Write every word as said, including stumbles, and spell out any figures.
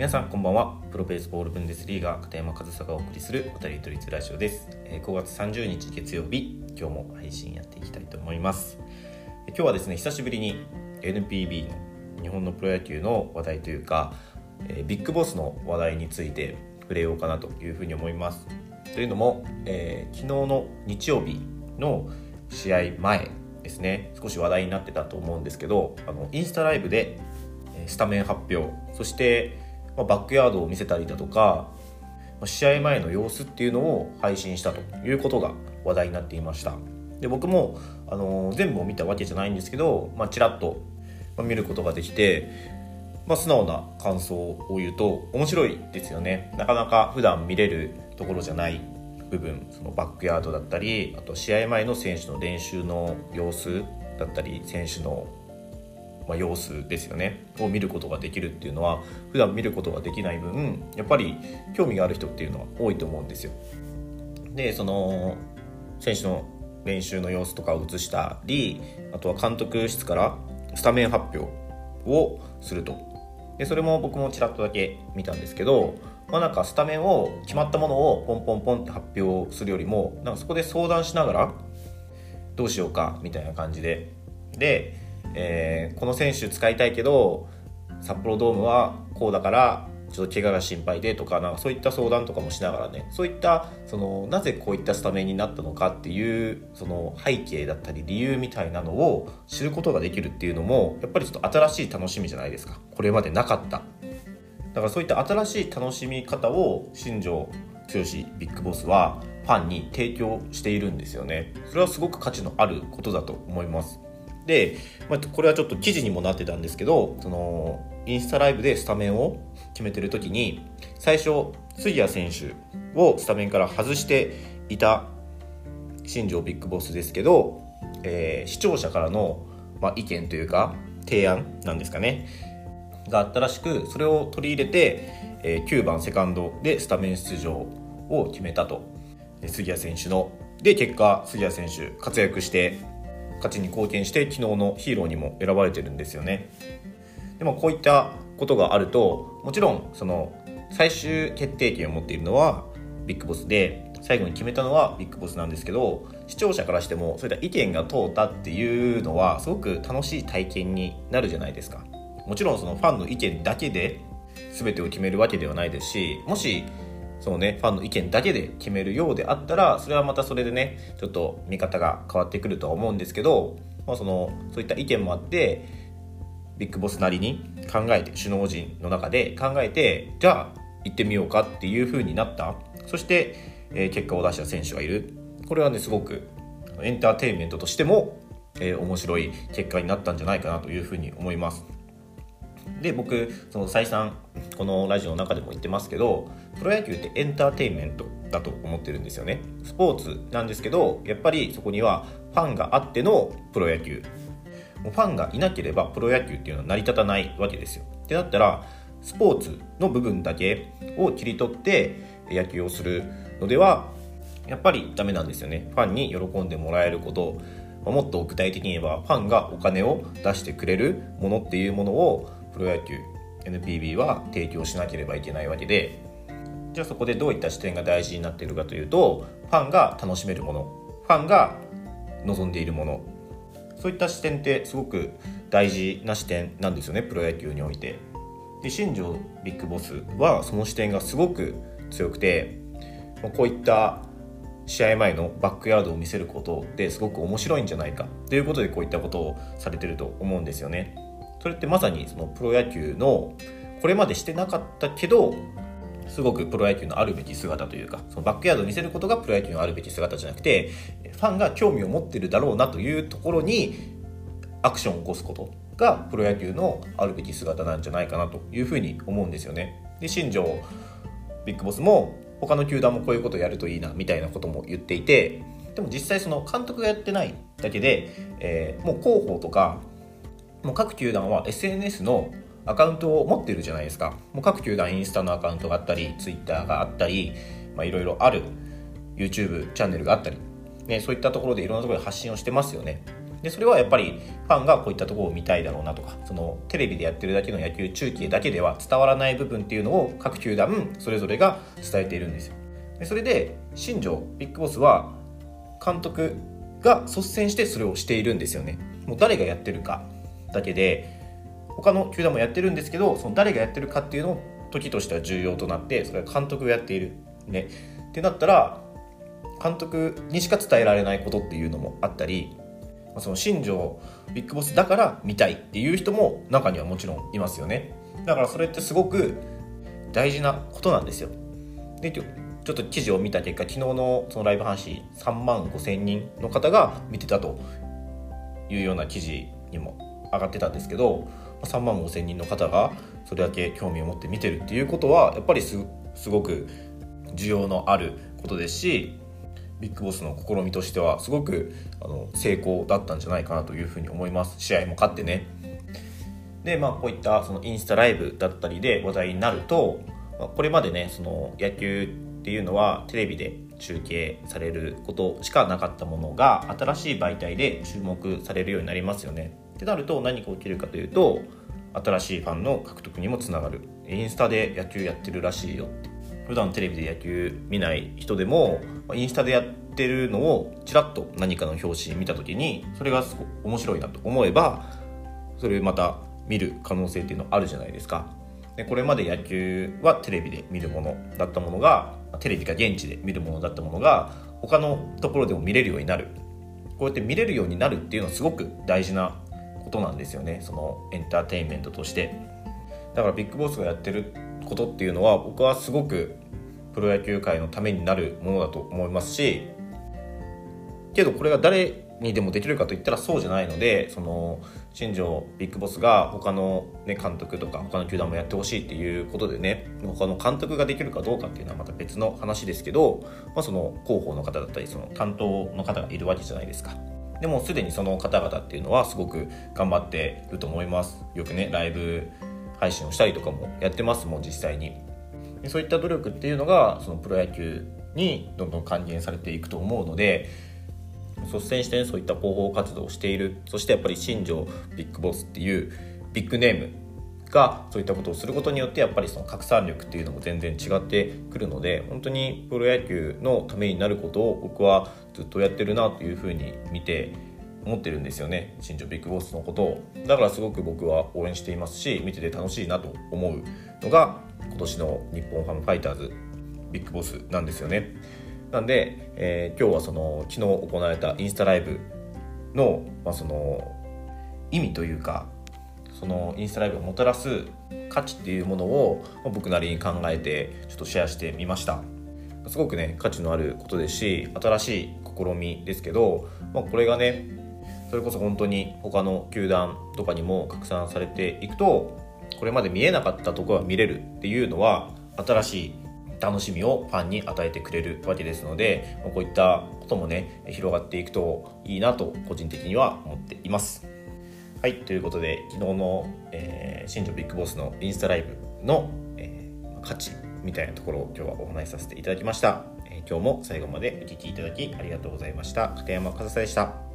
皆さんこんばんは。プロベースボールブンデスリーガ片山和沙がお送りする渡り都立ラジオです。ごがつさんじゅうにち月曜日、今日も配信やっていきたいと思います。今日はですね、久しぶりに エヌピービー の日本のプロ野球の話題というか、ビッグボスの話題について触れようかなというふうに思います。というのも、えー、昨日の日曜日の試合前ですね、少し話題になってたと思うんですけど、あのインスタライブでスタメン発表、そしてバックヤードを見せたりだとか、試合前の様子っていうのを配信したということが話題になっていました。で、僕もあの全部を見たわけじゃないんですけど、まあ、ちらっと見ることができて、まあ、素直な感想を言うと面白いですよね。なかなか普段見れるところじゃない部分、そのバックヤードだったり、あと試合前の選手の練習の様子だったり、選手のまあ、様子ですよねを見ることができるっていうのは、普段見ることができない分、やっぱり興味がある人っていうのは多いと思うんですよ。で、その選手の練習の様子とかを映したり、あとは監督室からスタメン発表をすると。で、それも僕もちらっとだけ見たんですけど、まあ、なんかスタメンを決まったものをポンポンポンって発表するよりも、なんかそこで相談しながらどうしようかみたいな感じで、でえー、この選手使いたいけど札幌ドームはこうだからちょっと怪我が心配でとか、なんかそういった相談とかもしながらね、そういったそのなぜこういったスタメンになったのかっていうその背景だったり理由みたいなのを知ることができるっていうのも、やっぱりちょっと新しい楽しみじゃないですか。これまでなかった。だからそういった新しい楽しみ方を新庄剛志ビッグボスはファンに提供しているんですよね。それはすごく価値のあることだと思います。で、まあ、これはちょっと記事にもなってたんですけど、そのインスタライブでスタメンを決めてる時に、最初杉谷選手をスタメンから外していた新庄ビッグボスですけど、えー、視聴者からの、まあ、意見というか提案なんですかねがあったらしく、それを取り入れて、えー、きゅうばんセカンドでスタメン出場を決めたと。で、杉谷選手ので結果杉谷選手活躍して勝ちに貢献して、昨日のヒーローにも選ばれてるんですよね。でもこういったことがあると、もちろんその最終決定権を持っているのはビッグボスで、最後に決めたのはビッグボスなんですけど、視聴者からしてもそういった意見が通ったっていうのはすごく楽しい体験になるじゃないですか。もちろんそのファンの意見だけで全てを決めるわけではないですし、もしそのね、ファンの意見だけで決めるようであったら、それはまたそれでね、ちょっと見方が変わってくるとは思うんですけど、まあ、そのそういった意見もあって、ビッグボスなりに考えて、首脳陣の中で考えて、じゃあ行ってみようかっていう風になった。そして、えー、結果を出した選手がいる。これはね、すごくエンターテインメントとしても、えー、面白い結果になったんじゃないかなという風に思います。で、僕その再三このラジオの中でも言ってますけど、プロ野球ってエンターテインメントだと思ってるんですよね。スポーツなんですけど、やっぱりそこにはファンがあってのプロ野球、もうファンがいなければプロ野球っていうのは成り立たないわけですよ。ってなったら、スポーツの部分だけを切り取って野球をするのではやっぱりダメなんですよね。ファンに喜んでもらえること、もっと具体的に言えばファンがお金を出してくれるものっていうものをプロ野球 エヌピービー は提供しなければいけないわけで、じゃあそこでどういった視点が大事になっているかというと、ファンが楽しめるもの、ファンが望んでいるもの、そういった視点ってすごく大事な視点なんですよね、プロ野球において。で、新庄ビッグボスはその視点がすごく強くて、こういった試合前のバックヤードを見せることってすごく面白いんじゃないかということで、こういったことをされてると思うんですよね。それってまさにそのプロ野球のこれまでしてなかったけど、すごくプロ野球のあるべき姿というか、そのバックヤードを見せることがプロ野球のあるべき姿じゃなくて、ファンが興味を持ってるだろうなというところにアクションを起こすことがプロ野球のあるべき姿なんじゃないかなというふうに思うんですよね。で、新庄ビッグボスも他の球団もこういうことをやるといいなみたいなことも言っていて、でも実際その監督がやってないだけで、えー、もう広報とかもう各球団は エスエヌエス のアカウントを持ってるじゃないですか。もう各球団インスタのアカウントがあったり、ツイッターがあったり、まあ、いろいろある YouTube チャンネルがあったり、ね、そういったところでいろんなところで発信をしてますよね。 でそれはやっぱりファンがこういったところを見たいだろうなとか、そのテレビでやってるだけの野球中継だけでは伝わらない部分っていうのを各球団それぞれが伝えているんですよ。でそれで新庄ビッグボスは監督が率先してそれをしているんですよね。もう誰がやってるかだけで、他の球団もやってるんですけど、その誰がやってるかっていうのを時としては重要となって、それは監督がやっているねってなったら、監督にしか伝えられないことっていうのもあったり、その新庄ビッグボスだから見たいっていう人も中にはもちろんいますよね。だからそれってすごく大事なことなんですよ。でちょっと記事を見た結果、昨日のそのライブ配信さんまんごせんにんの方が見てたというような記事にも上がってたんですけど、さんまんごせんにんの方がそれだけ興味を持って見てるっていうことはやっぱり す, すごく需要のあることですし、ビッグボスの試みとしてはすごくあの成功だったんじゃないかなというふうに思います。試合も勝ってね。で、まあ、こういったそのインスタライブだったりで話題になると、まあ、これまでねその野球っていうのはテレビで中継されることしかなかったものが新しい媒体で注目されるようになりますよね。ってなると何が起きるかというと、新しいファンの獲得にもつながる。インスタで野球やってるらしいよって、普段テレビで野球見ない人でもインスタでやってるのをちらっと何かの表紙見た時にそれがすごく面白いなと思えば、それまた見る可能性っていうのあるじゃないですか。でこれまで野球はテレビで見るものだったものが、テレビか現地で見るものだったものが他のところでも見れるようになる。こうやって見れるようになるっていうのはすごく大事なことなんですよね、そのエンターテインメントとして。だからビッグボスがやってることっていうのは僕はすごくプロ野球界のためになるものだと思いますし、けどこれが誰にでもできるかといったらそうじゃないので、その新庄ビッグボスが他の、ね、監督とか他の球団もやってほしいっていうことでね、他の監督ができるかどうかっていうのはまた別の話ですけど、まあ、その広報の方だったりその担当の方がいるわけじゃないですか。でもすでにその方々っていうのはすごく頑張ってると思います。よくねライブ配信をしたりとかもやってますもん、実際に。でそういった努力っていうのがそのプロ野球にどんどん還元されていくと思うので、率先して、ね、そういった広報活動をしている。そしてやっぱり新庄ビッグボスっていうビッグネームがそういったことをすることによってやっぱりその拡散力っていうのも全然違ってくるので、本当にプロ野球のためになることを僕はずっとやってるなというふうに見て思ってるんですよね、新庄ビッグボスのことを。だからすごく僕は応援していますし、見てて楽しいなと思うのが今年の日本ハムファイターズビッグボスなんですよね。なんで、えー、今日はその昨日行われたインスタライブの、まあ、その意味というか、そのインスタライブがもたらす価値っていうものを僕なりに考えてちょっとシェアしてみました。すごくね価値のあることですし、新しい試みですけど、まあ、これがねそれこそ本当に他の球団とかにも拡散されていくと、これまで見えなかったところが見れるっていうのは新しい楽しみをファンに与えてくれるわけですので、こういったこともね広がっていくといいなと個人的には思っています。はい、ということで昨日の、えー、新庄ビッグボスのインスタライブの、えー、価値みたいなところを今日はお話しさせていただきました。えー、今日も最後までお聞きいただきありがとうございました。片山和沙でした。